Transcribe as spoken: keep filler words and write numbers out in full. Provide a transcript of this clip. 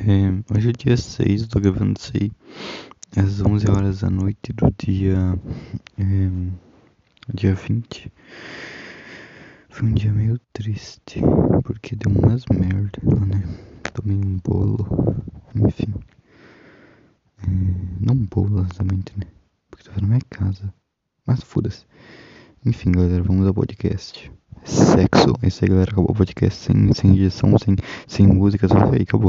É, hoje é dia seis, eu tô gravando isso aí às onze horas da noite do dia, é, dia vinte. Foi um dia meio triste, porque deu umas merda lá, né? Tomei um bolo, enfim. É, não um bolo exatamente, né? Porque tava na minha casa. Mas foda-se. Enfim, galera, vamos ao podcast. Sexo. Esse aí, galera, acabou o podcast sem, sem edição, sem, sem música, só foi aí, acabou.